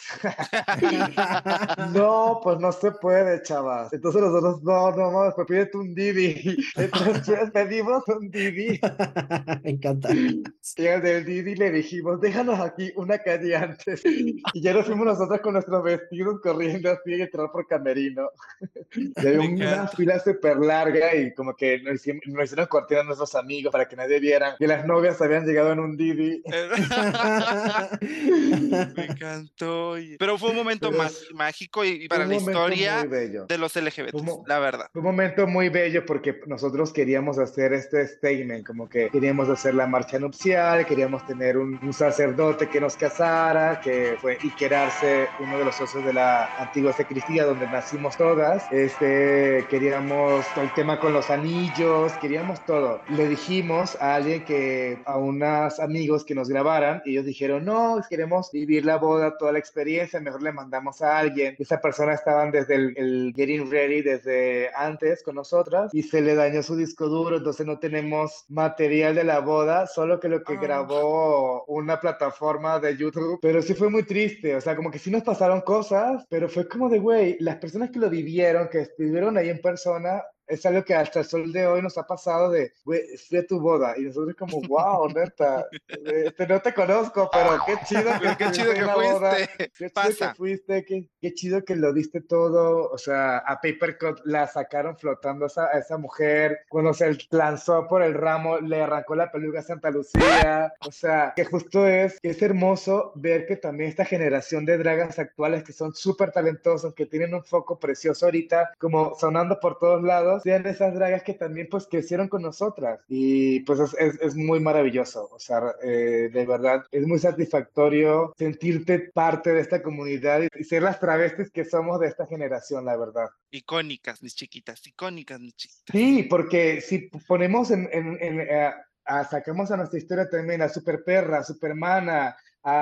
No, pues no se puede, chavas. Entonces nosotros, no, no, no, pues pídete un Didi. Entonces pedimos un Didi. Me encanta. Y al del Didi le dijimos, déjanos aquí una calle antes. Y ya nos fuimos nosotros con nuestros vestidos corriendo así a entrar por camerino. Y había Me una encanta. fila súper larga y como que nos hicieron, nos hicieron cortina a nuestros amigos para que nadie viera que las novias habían llegado en un Didi. Me encantó. oye. Pero fue un momento Pero magi- mágico y, y fue para un la momento mayoría muy bello. de los L G B T, Como- la verdad. Fue un momento muy bello porque nosotros queríamos hacer este statement, como que queríamos hacer la marcha nupcial, queríamos tener un, un sacerdote que nos casara, que fue Iquerarse, uno de los socios de la antigua sacristía donde nacimos todas. Este, queríamos el tema con los anillos, queríamos todo. Le dijimos a alguien que, a unos amigos que nos grabaran, y ellos dijeron, no, queremos vivir la boda, toda la experiencia, mejor le mandamos a alguien. Esa persona estaban desde el, el Getting Ready, desde antes con nosotras, y se le dañó su disco duro, entonces no tenemos material de la boda, solo que lo que Ah. grabó una plataforma de YouTube, pero sí fue muy triste, o sea, como que sí nos pasaron cosas, pero fue como de, güey, las personas que lo vivieron, que estuvieron ahí en persona, es algo que hasta el sol de hoy nos ha pasado de, güey, fui a tu boda, y nosotros como, wow, neta, este, no te conozco, pero qué chido que Pero qué chido estuviste que en la boda, fuiste. qué chido Pasa. que fuiste, qué, qué chido que lo diste todo, o sea, a Papercut la sacaron flotando a esa, a esa mujer, cuando se lanzó por el ramo, le arrancó la peluca a Santa Lucía, o sea, que justo es, es hermoso ver que también esta generación de dragas actuales que son súper talentosos, que tienen un foco precioso ahorita, como sonando por todos lados, sean esas dragas que también pues crecieron con nosotras, y pues es, es, es muy maravilloso, o sea, eh, de verdad, es muy satisfactorio sentirte parte de esta comunidad y, y ser las travestis que somos de esta generación, la verdad. Icónicas, mis chiquitas, icónicas, mis chiquitas. Sí, porque si ponemos en, en, en, eh, a- sacamos a nuestra historia también a Super Perra, a Supermana,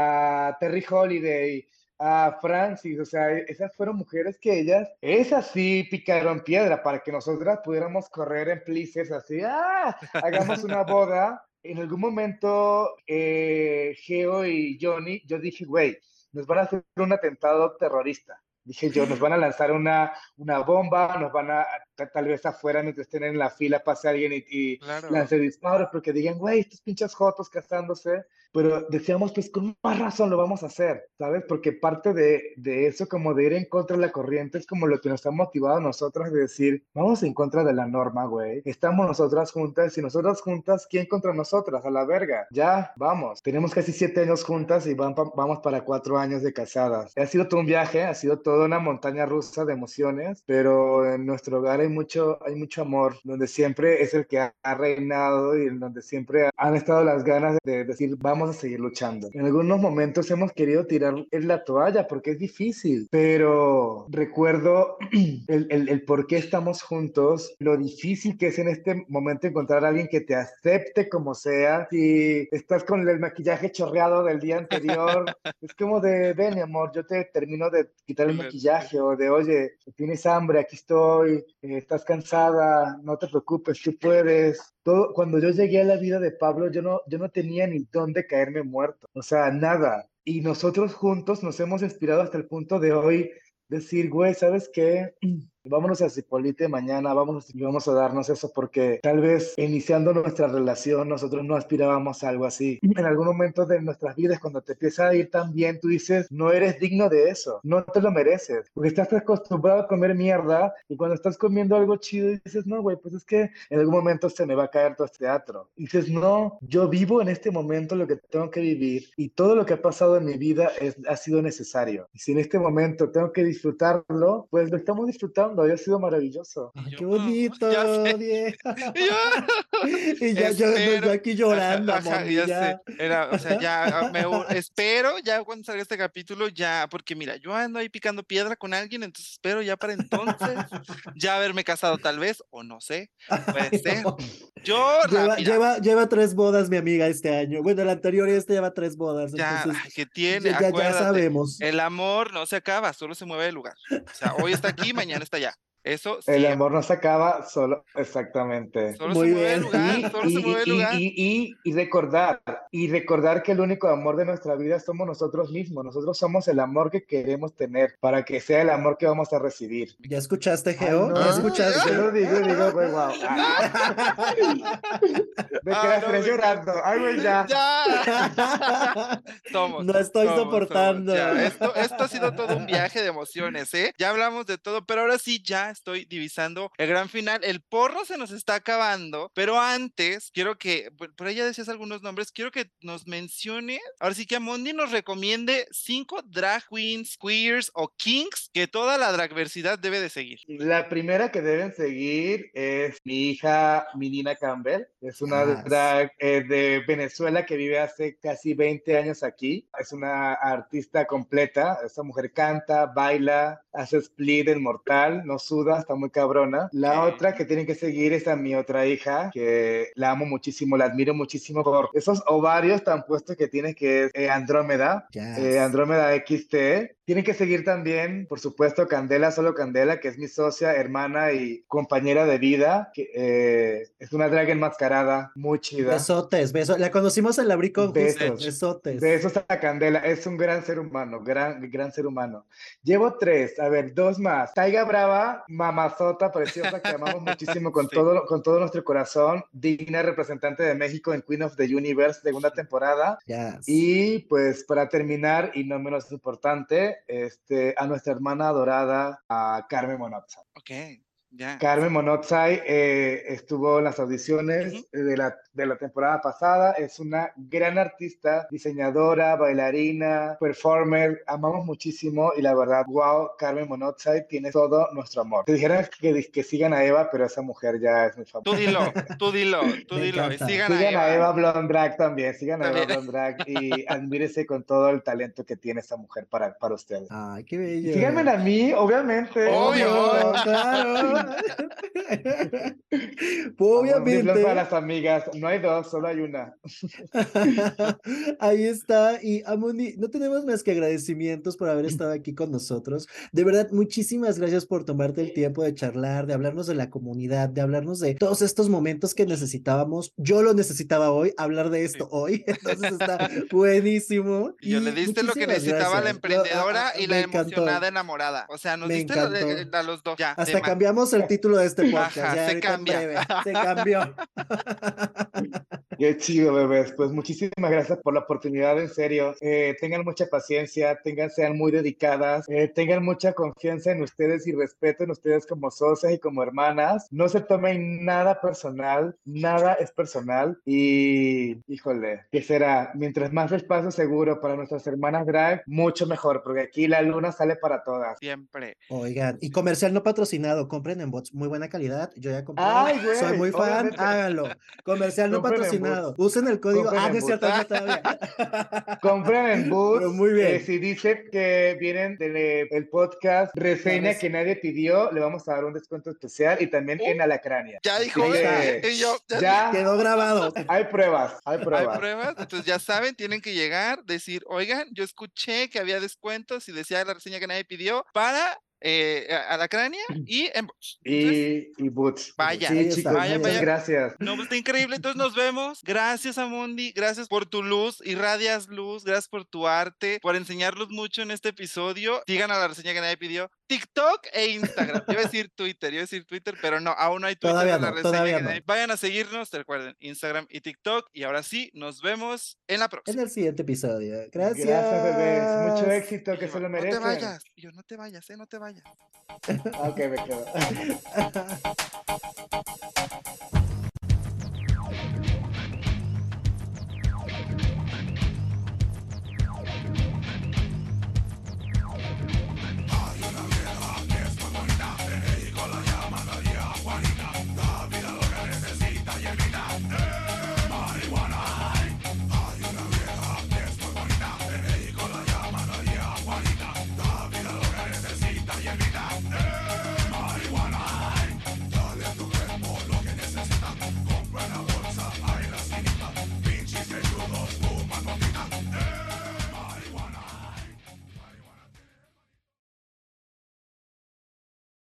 a Terry Holiday, a Francis, o sea, esas fueron mujeres que ellas, esas sí picaron piedra para que nosotras pudiéramos correr en plices así, ¡ah! Hagamos una boda. En algún momento, eh, Geo y Johnny, yo dije, güey, nos van a hacer un atentado terrorista. Dije yo, nos van a lanzar una, una bomba, nos van a, tal vez afuera mientras estén en la fila pase alguien y, y Claro. lance disparos, porque digan, güey, estos pinches jotos casándose. Pero decíamos, pues con más razón lo vamos a hacer, ¿sabes? Porque parte de, de eso, como de ir en contra de la corriente, es como lo que nos ha motivado a nosotras de decir, vamos en contra de la norma, güey. Estamos nosotras juntas, y nosotras juntas, ¿quién contra nosotras? A la verga. Ya, vamos. Tenemos casi siete años juntas y van pa- vamos para cuatro años de casadas. Ha sido todo un viaje, ha sido toda una montaña rusa de emociones, pero en nuestro hogar hay mucho, hay mucho amor, donde siempre es el que ha, ha reinado y en donde siempre han estado las ganas de decir, vamos a seguir luchando. En algunos momentos hemos querido tirar en la toalla porque es difícil, pero recuerdo el, el, el por qué estamos juntos, lo difícil que es en este momento encontrar a alguien que te acepte como sea. Si estás con el maquillaje chorreado del día anterior, es como de, ven, mi amor, yo te termino de quitar el Claro. maquillaje, o de, oye, tienes hambre, aquí estoy, eh, estás cansada, no te preocupes, tú puedes. Todo, cuando yo llegué a la vida de Pablo, yo no, yo no tenía ni dónde caerme muerto, o sea, nada. Y nosotros juntos nos hemos inspirado hasta el punto de hoy decir, güey, ¿sabes qué? Vámonos a Cipolite mañana, vámonos y vamos a darnos eso, porque tal vez iniciando nuestra relación nosotros no aspirábamos a algo así. En algún momento de nuestras vidas, cuando te empieza a ir tan bien, tú dices, no eres digno de eso, no te lo mereces, porque estás acostumbrado a comer mierda, y cuando estás comiendo algo chido dices, no, güey, pues es que en algún momento se me va a caer todo este teatro. Y dices, no, yo vivo en este momento lo que tengo que vivir, y todo lo que ha pasado en mi vida es, ha sido necesario. Y si en este momento tengo que disfrutarlo, pues lo estamos disfrutando. Y ha sido maravilloso. Ay, Yo, qué bonito, ya sé. Diego. Y yo, Y ya, yo, no, espero. yo aquí llorando, Ajá, ajá, mami, ya ya. sé. Era, o sea, ya ah, me ur- espero ya cuando salga este capítulo, ya, porque mira, yo ando ahí picando piedra con alguien, entonces espero ya para entonces ya haberme casado tal vez, o no sé, puede Ay, ser. no. Yo Lleva, rápida, lleva, lleva tres bodas, mi amiga, este año. Bueno, el anterior y este lleva tres bodas, ya, entonces ay, que tiene, ya, ya, ya acuérdate, sabemos. el amor no se acaba, solo se mueve de lugar. O sea, hoy está aquí, mañana está allá. Eso El siempre, amor no se acaba solo, exactamente. solo se Muy mueve de bien. lugar, Y, solo se y, mueve de y, lugar. y, y, y recordar, y recordar que el único amor de nuestra vida somos nosotros mismos. Nosotros somos el amor que queremos tener para que sea el amor que vamos a recibir. ¿Ya escuchaste, Ay, Geo? no, ¿Ya yo escuchaste? lo digo y digo, güey, wow. Me Ay, quedé no, tres me llorando. Ay, güey, ya. Ya. Somos, No estoy somos, somos, soportando. ya. Esto, esto ha sido todo un viaje de emociones, ¿eh? Ya hablamos de todo, pero ahora sí, ya estoy divisando el gran final. El porro se nos está acabando, pero antes quiero que, por ahí ya decías algunos nombres, quiero que nos mencione, ahora sí que Amundi nos recomiende cinco drag queens, queers o kings que toda la dragversidad debe de seguir. La primera que deben seguir es mi hija Minina Campbell. Es una Ah, drag eh, de Venezuela que vive hace casi veinte años aquí. Es una artista completa. Esta mujer canta, baila, hace split en mortal, no suda, está muy cabrona. La Ok. otra que tienen que seguir es a mi otra hija, que la amo muchísimo, la admiro muchísimo por esos ovarios tan puestos que tiene, que es eh, Andrómeda. yes. Eh, Andrómeda X T. Tienen que seguir también, por supuesto, Candela, solo Candela, que es mi socia, hermana y compañera de vida, que eh, es una drag enmascarada, muy chida. Besotes, besos. La conocimos en la Bricon justo. Besos. Besotes. Besos a Candela, es un gran ser humano, gran, gran ser humano. Llevo tres, a ver, dos más. Taiga Brava, mamazota preciosa, que amamos muchísimo con, Sí. todo, con todo nuestro corazón, digna representante de México en Queen of the Universe, segunda temporada. Yes. Y pues para terminar, y no menos importante, este, a nuestra hermana adorada, a Carmen Monoxide. Ok, ya. Carmen Monoxide eh, estuvo en las audiciones Ujú. de, la, de la temporada pasada. Es una gran artista, diseñadora, bailarina, performer. Amamos muchísimo y la verdad, wow, Carmen Monoxide tiene todo nuestro amor. Te dijeron que, que sigan a Eva, pero esa mujer ya es muy famosa. Tú dilo, tú dilo, tú Me dilo. Y encanta. sigan, Sigan a a Eva. Eva Blonde Drag también, sigan a Eva También. Blonde Drag y admírese con todo el talento que tiene esa mujer para, para ustedes. Ay, qué Y bello. síganme a mí, obviamente. Obvio, obvio. claro. Amor, Obviamente. para las amigas, no hay dos, solo hay una. Ahí está. Y Amundi, no tenemos más que agradecimientos por haber estado aquí con nosotros. De verdad, muchísimas gracias por tomarte el tiempo de charlar, de hablarnos de la comunidad, de hablarnos de todos estos momentos que necesitábamos. Yo lo necesitaba hoy, hablar de esto Sí. hoy. Entonces está buenísimo. Y yo le diste lo que muchísimas necesitaba la gracias. emprendedora No, ah, ah, y la me encantó. emocionada enamorada. O sea, nos Me diste lo de- encantó. a los dos. Ya, Hasta tema. cambiamos el título de este podcast. Ajá, ya se ahorita en cambia. breve. Se cambió. Qué chido, bebés. Pues muchísimas gracias por la oportunidad, en serio. Eh, tengan mucha paciencia, tengan, sean muy dedicadas, eh, tengan mucha confianza en ustedes y respeto en ustedes como socias y como hermanas. No se tomen nada personal, nada es personal. Y, híjole, ¿qué será? Mientras más espacio seguro para nuestras hermanas drag, mucho mejor, porque aquí la luna sale para todas. Siempre. Oigan, y comercial no patrocinado, compren en bots, muy buena calidad, yo ya compré, Ay, güey, soy muy fan, obviamente. háganlo. Comercial no Compren en patrocinado, Boots. usen el código, Compren ah, en no es cierto, Boots. no todavía. Compren en Boots. Pero muy bien. Eh, si dice que vienen del el podcast Reseña res- que nadie pidió, le vamos a dar un descuento especial y también Uh, en Alacrania. Ya Así dijo, que y yo, ya, ya Quedó grabado. hay pruebas, hay hay pruebas. pruebas. Entonces ya saben, tienen que llegar, decir, oigan, yo escuché que había descuentos y decía la reseña que nadie pidió para eh, a, a la cránea y en Entonces, Y, y Boots. vaya, Sí, ahí está, chicos, vaya, muchas vaya. gracias. No, pues está increíble. Entonces nos vemos. Gracias, Amundi. Gracias por tu luz. Irradias luz. Gracias por tu arte. Por enseñarnos mucho en este episodio. Sigan a la reseña que nadie pidió. TikTok e Instagram. Yo iba a decir Twitter. Yo iba a decir Twitter, pero no, aún no hay Twitter Todavía en la no, reseña todavía que no. nadie- Vayan a seguirnos. Recuerden, Instagram y TikTok. Y ahora sí, nos vemos en la En próxima. el siguiente episodio. Gracias. Gracias, bebés. Mucho éxito, Y que yo, se lo no te merecen. vayas. Y yo, no te vayas, eh, no te vayas. Ok, me quedo.